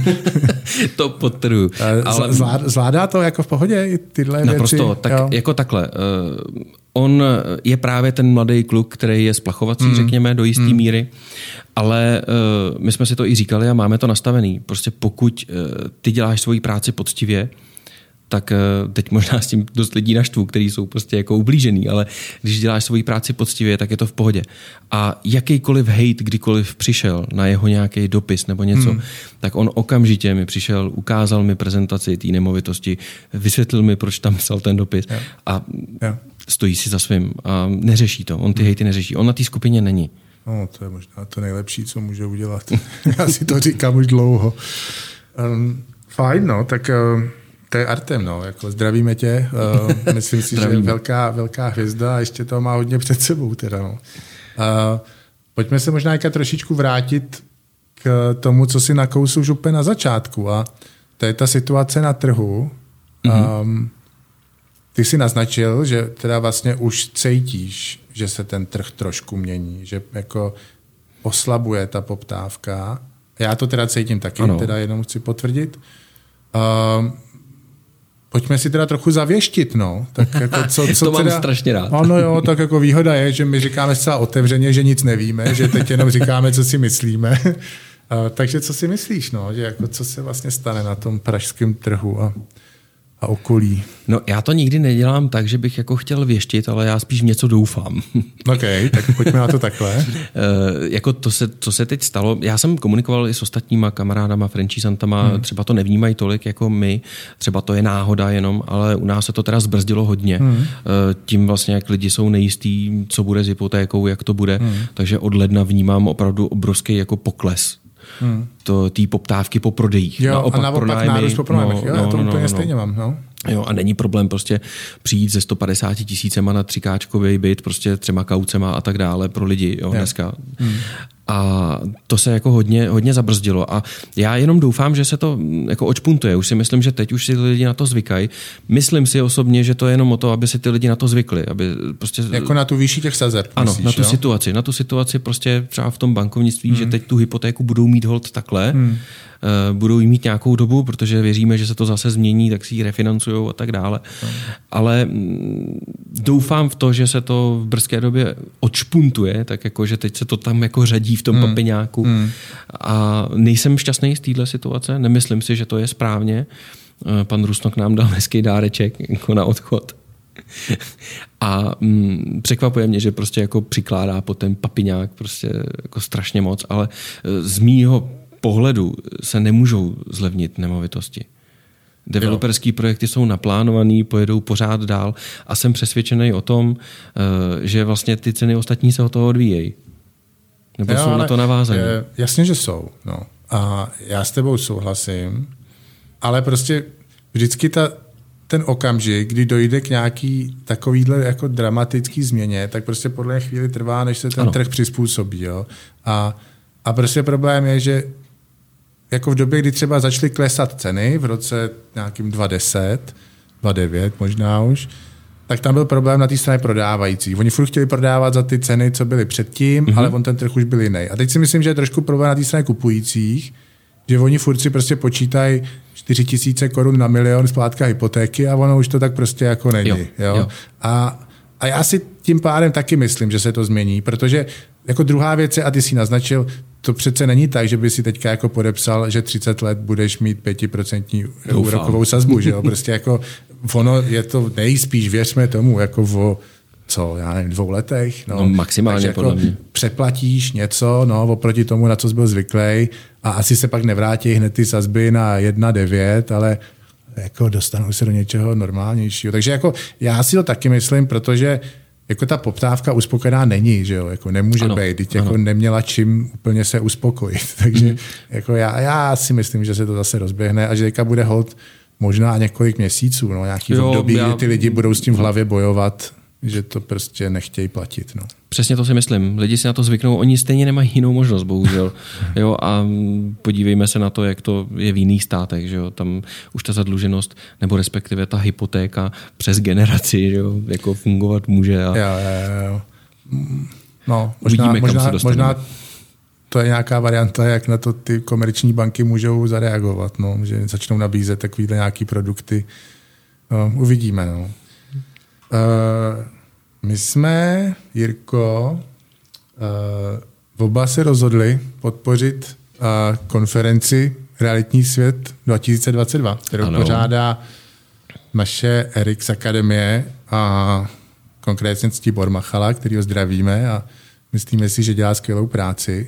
to podtrhuju. Ale zvládá to jako v pohodě i tyhle věci? Naprosto, tak jako takhle. On je právě ten mladý kluk, který je splachovací, řekněme, do jisté míry, ale my jsme si to i říkali a máme to nastavený. Prostě pokud ty děláš svoji práci poctivě, tak teď možná s tím dost lidí naštvu, kteří jsou prostě jako ublížený, ale když děláš svoji práci poctivě, tak je to v pohodě. A jakýkoliv hejt, kdykoliv přišel na jeho nějaký dopis nebo něco, tak on okamžitě mi přišel, ukázal mi prezentaci té nemovitosti, vysvětlil mi, proč tam psal ten dopis a stojí si za svým a neřeší to. On ty hejty neřeší. On na té skupině není. No, to je možná to nejlepší, co může udělat. Já si to říkám už dlouho. Fajn, no, tak... To je Artem, no, jako zdravíme tě. Myslím si, že je velká hvězda a ještě to má hodně před sebou. Teda, no. Pojďme se možná trošičku vrátit k tomu, co si nakousil už úplně na začátku. A to je ta situace na trhu. Ty jsi naznačil, že teda vlastně už cítíš, že se ten trh trošku mění, že jako oslabuje ta poptávka. Já to teda cítím taky, teda jenom chci potvrdit. Pojďme si teda trochu zavěštit, no. Tak jako co to mám teda, strašně rád. Ano jo, tak jako výhoda je, že my říkáme zcela otevřeně, že nic nevíme, že teď jenom říkáme, co si myslíme. Takže co si myslíš, no? Že jako co se vlastně stane na tom pražském trhu a okolí? No já to nikdy nedělám tak, že bych jako chtěl věštit, ale já spíš v něco doufám. OK, tak pojďme na to takhle. Jako co se teď stalo, já jsem komunikoval i s ostatníma kamarádama, franchisantama, třeba to nevnímají tolik jako my, třeba to je náhoda jenom, ale u nás se to teda zbrzdilo hodně. Tím vlastně, jak lidi jsou nejistý, co bude s hypotékou, jak to bude, takže od ledna vnímám opravdu obrovský jako pokles. Té poptávky po prodejích. Jo, naopak nárůst po pronajmech. Já to úplně stejně mám. No. Jo, a není problém prostě přijít ze 150 000 na 3káčkový byt, prostě 3 kaucema a tak dále pro lidi dneska. A to se jako hodně zabrzdilo. A já jenom doufám, že se to jako očpuntuje. Už si myslím, že teď už si lidi na to zvykají. Myslím si osobně, že to je jenom o to, aby si ty lidi na to zvykli. Aby prostě... Jako na tu výši těch sazeb. Ano, myslíš, na tu situaci prostě třeba v tom bankovnictví, že teď tu hypotéku budou mít holt takhle, budou jí mít nějakou dobu, protože věříme, že se to zase změní, tak si ji refinancujou a tak dále. Ale doufám v to, že se to v brzké době odšpuntuje, tak jako, že teď se to tam jako řadí v tom papiňáku. A nejsem šťastný z téhle situace, nemyslím si, že to je správně. Pan Rusnok nám dal hezký dáreček jako na odchod. A překvapuje mě, že prostě jako přikládá pod ten papiňák prostě jako strašně moc, ale z mýho pohledu se nemůžou zlevnit nemovitosti. Developerský projekty jsou naplánovaný, pojedou pořád dál a jsem přesvědčený o tom, že vlastně ty ceny ostatní se od toho odvíjejí. Nebo jsou na to navázané. Jasně, že jsou. No. A já s tebou souhlasím, ale prostě vždycky ten okamžik, kdy dojde k nějaký takovýhle jako dramatický změně, tak prostě podle chvíli trvá, než se ten trh přizpůsobí. Jo? A prostě problém je, že jako v době, kdy třeba začaly klesat ceny v roce nějakým 2010, 2009 možná už, tak tam byl problém na té straně prodávající. Oni furt chtěli prodávat za ty ceny, co byly předtím, ale on ten trh už byl jiný. A teď si myslím, že je trošku problém na té straně kupujících, že oni furt si prostě počítají 4 000 korun na milion splátka hypotéky a ono už to tak prostě jako není. Jo. A já si tím pádem taky myslím, že se to změní, protože jako druhá věc je, a ty si naznačil, to přece není tak, že by si teďka jako podepsal, že 30 let budeš mít 5% úrokovou sazbu, že jo? Prostě jako ono je to nejspíš, věřme tomu, jako já nevím, 2 letech. No maximálně jako podle mě. Přeplatíš něco, oproti tomu, na co jsi byl zvyklý a asi se pak nevrátí hned ty sazby na 1,9, ale jako dostanou se do něčeho normálnějšího. Takže jako já si to taky myslím, protože jako ta poptávka uspokojená není, že jo, jako nemůže být, teď jako neměla čím úplně se uspokojit. Takže jako já si myslím, že se to zase rozběhne a že teďka bude holt možná několik měsíců, nějaký období, kdy ty lidi budou s tím v hlavě bojovat, že to prostě nechtějí platit. No. Přesně to si myslím. Lidi si na to zvyknou, oni stejně nemají jinou možnost, bohužel. Jo, a podívejme se na to, jak to je v jiných státech. Že jo. Tam už ta zadluženost, nebo respektive ta hypotéka přes generaci, že jo, jako fungovat může. A... Jo. No, možná to je nějaká varianta, jak na to ty komerční banky můžou zareagovat, že začnou nabízet takovýhle nějaký produkty. Uvidíme. My jsme, Jirko, oba se rozhodli podpořit konferenci Realitní svět 2022, kterou pořádá naše RX Akademie a konkrétně Ctibor Machala, kterýho zdravíme a myslíme si, že dělá skvělou práci.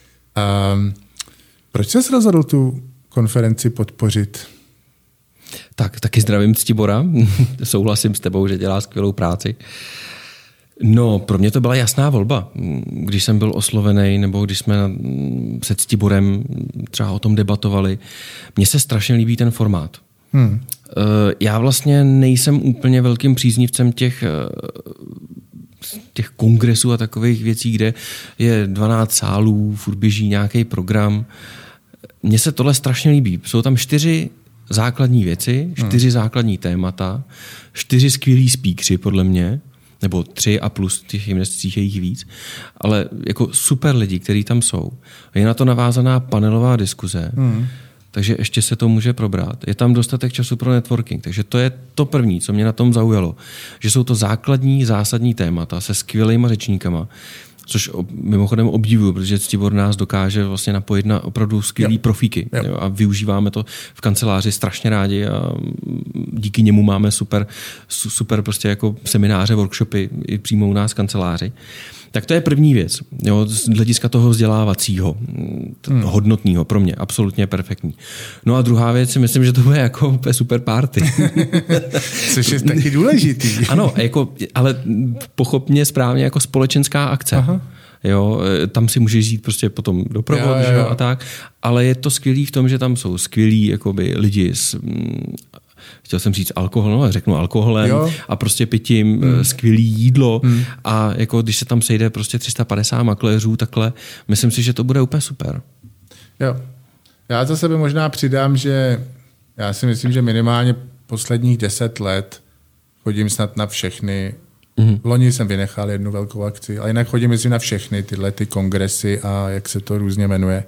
Proč jsi rozhodl tu konferenci podpořit? Tak, taky zdravím Ctibora. Souhlasím s tebou, že dělá skvělou práci. No, pro mě to byla jasná volba. Když jsem byl oslovený, nebo když jsme se Ctiborem třeba o tom debatovali, mně se strašně líbí ten formát. Já vlastně nejsem úplně velkým příznivcem těch kongresů a takových věcí, kde je 12 sálů, furt běží nějaký program. Mně se tohle strašně líbí. Jsou tam 4 základní věci, 4 základní témata, 4 skvělí speakeři podle mě, nebo 3 a plus těch investicích je jich víc, ale jako super lidi, kteří tam jsou. Je na to navázaná panelová diskuze, takže ještě se to může probrat. Je tam dostatek času pro networking, takže to je to první, co mě na tom zaujalo. Že jsou to základní, zásadní témata se skvělýma řečníkama což mimochodem obdivuju, protože Ctibor nás dokáže vlastně napojit na opravdu skvělý profíky. Jo, a využíváme to v kanceláři strašně rádi a díky němu máme super prostě jako semináře, workshopy i přímo u nás v kanceláři. Tak to je první věc, jo, z hlediska toho vzdělávacího, hodnotného, pro mě absolutně perfektní. No a druhá věc, si myslím, že to bude jako super party. Což je taky důležitý. Ano, jako, ale pochopně správně jako společenská akce. Aha. Jo, tam si můžeš jít prostě potom doprovod, jo. A tak, ale je to skvělý v tom, že tam jsou skvělí jakoby lidi s chtěl jsem říct alkohol, no, řeknu alkoholem a prostě pitím, skvělý jídlo a jako když se tam sejde prostě 350 makléřů takhle, myslím si, že to bude úplně super. Jo. Já za sebe možná přidám, že já si myslím, že minimálně posledních 10 let chodím snad na všechny. Loni jsem vynechal jednu velkou akci, ale jinak chodím myslím na všechny tyhle ty kongresy a jak se to různě jmenuje.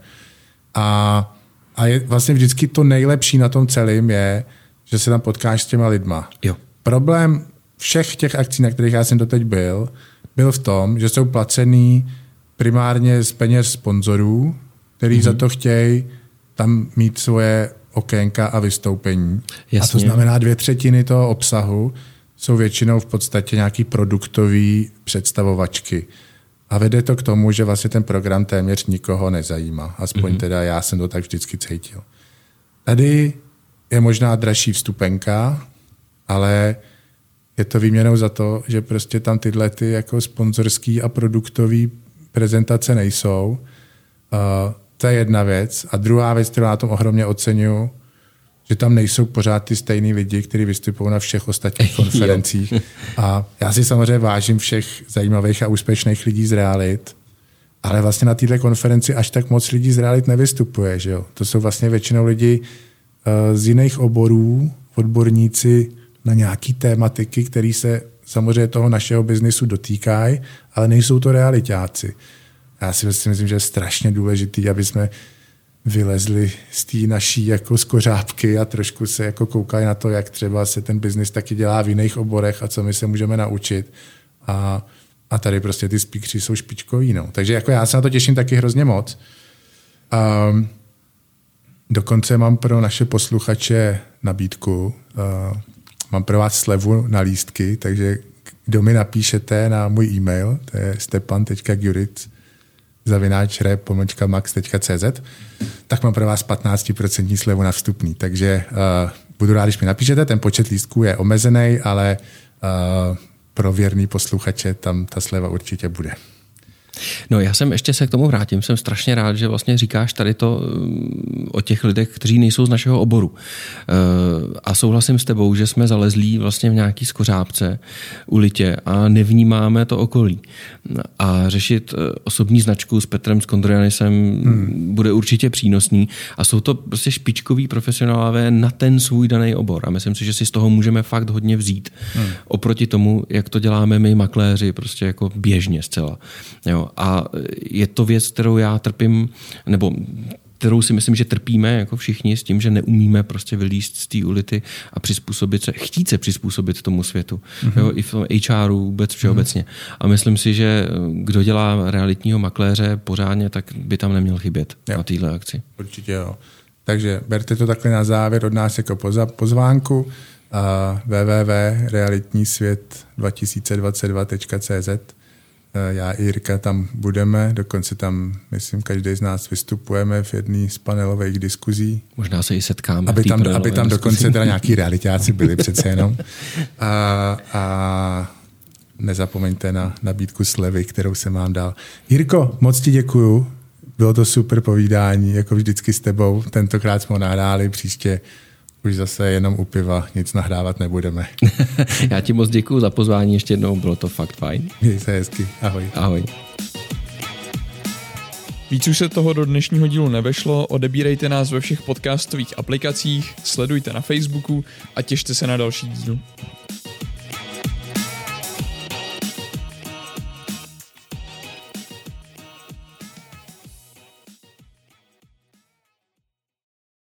A je vlastně vždycky to nejlepší na tom celém je, že se tam potkáš s těma lidma. Jo. Problém všech těch akcí, na kterých já jsem doteď byl v tom, že jsou placený primárně z peněz sponzorů, který za to chtějí tam mít svoje okénka a vystoupení. Jasně. A to znamená 2/3 toho obsahu jsou většinou v podstatě nějaký produktový představovačky. A vede to k tomu, že vlastně ten program téměř nikoho nezajímá. Aspoň teda já jsem to tak vždycky cítil. Tady je možná dražší vstupenka, ale je to výměnou za to, že prostě tam tyhle ty jako sponzorský a produktový prezentace nejsou. To je jedna věc. A druhá věc, kterou na tom ohromně oceňuju, že tam nejsou pořád ty stejný lidi, kteří vystupují na všech ostatních konferencích. A já si samozřejmě vážím všech zajímavých a úspěšných lidí z realit, ale vlastně na této konferenci až tak moc lidí z realit nevystupuje. Že jo? To jsou vlastně většinou lidi z jiných oborů, odborníci na nějaký tématiky, které se samozřejmě toho našeho biznisu dotýkají, ale nejsou to realitáci. Já si myslím, že je strašně důležitý, aby jsme vylezli z té naší jako skořápky a trošku se jako koukali na to, jak třeba se ten biznis taky dělá v jiných oborech a co my se můžeme naučit. A tady prostě ty speakeři jsou špičkoví. No. Takže jako já se na to těším taky hrozně moc. Dokonce mám pro naše posluchače nabídku. Mám pro vás slevu na lístky, takže kdo mi napíšete na můj e-mail, to je stepan.gyuric@rep.max.cz, tak mám pro vás 15% slevu na vstupný. Takže budu rád, když mi napíšete. Ten počet lístků je omezený, ale pro věrný posluchače tam ta sleva určitě bude. No já jsem ještě se k tomu vrátím. Jsem strašně rád, že vlastně říkáš tady to o těch lidech, kteří nejsou z našeho oboru. A souhlasím s tebou, že jsme zalezlí vlastně v nějaký skořápce ulitě a nevnímáme to okolí. A řešit osobní značku s Petrem Skondrojanisem bude určitě přínosný. A jsou to prostě špičkoví profesionálové na ten svůj daný obor. A myslím si, že si z toho můžeme fakt hodně vzít. Oproti tomu, jak to děláme my makléři, prostě jako běžně zcela. Jo. A je to věc, kterou já trpím, nebo kterou si myslím, že trpíme jako všichni s tím, že neumíme prostě vylízt z té ulity a chtít se přizpůsobit tomu světu. Jo, i v tom HRu vůbec všeobecně. A myslím si, že kdo dělá realitního makléře pořádně, tak by tam neměl chybět na téhle akci. Určitě jo. Takže berte to takhle na závěr od nás jako pozvánku www.realitnisvět2022.cz. Já i Jirka tam budeme, dokonce tam, myslím, každý z nás vystupujeme v jedné z panelových diskuzí. Možná se i setkáme. Aby tam dokonce teda nějaký realitáci byli přece jenom. A nezapomeňte na nabídku slevy, kterou jsem vám dal. Jirko, moc ti děkuju. Bylo to super povídání, jako vždycky s tebou. Tentokrát jsme ho nahráli, příště už zase jenom u piva, nic nahrávat nebudeme. Já ti moc děkuju za pozvání ještě jednou, bylo to fakt fajn. Měj se hezky, ahoj. Ahoj. Víc už se toho do dnešního dílu nevešlo, odebírejte nás ve všech podcastových aplikacích, sledujte na Facebooku a těšte se na další díl.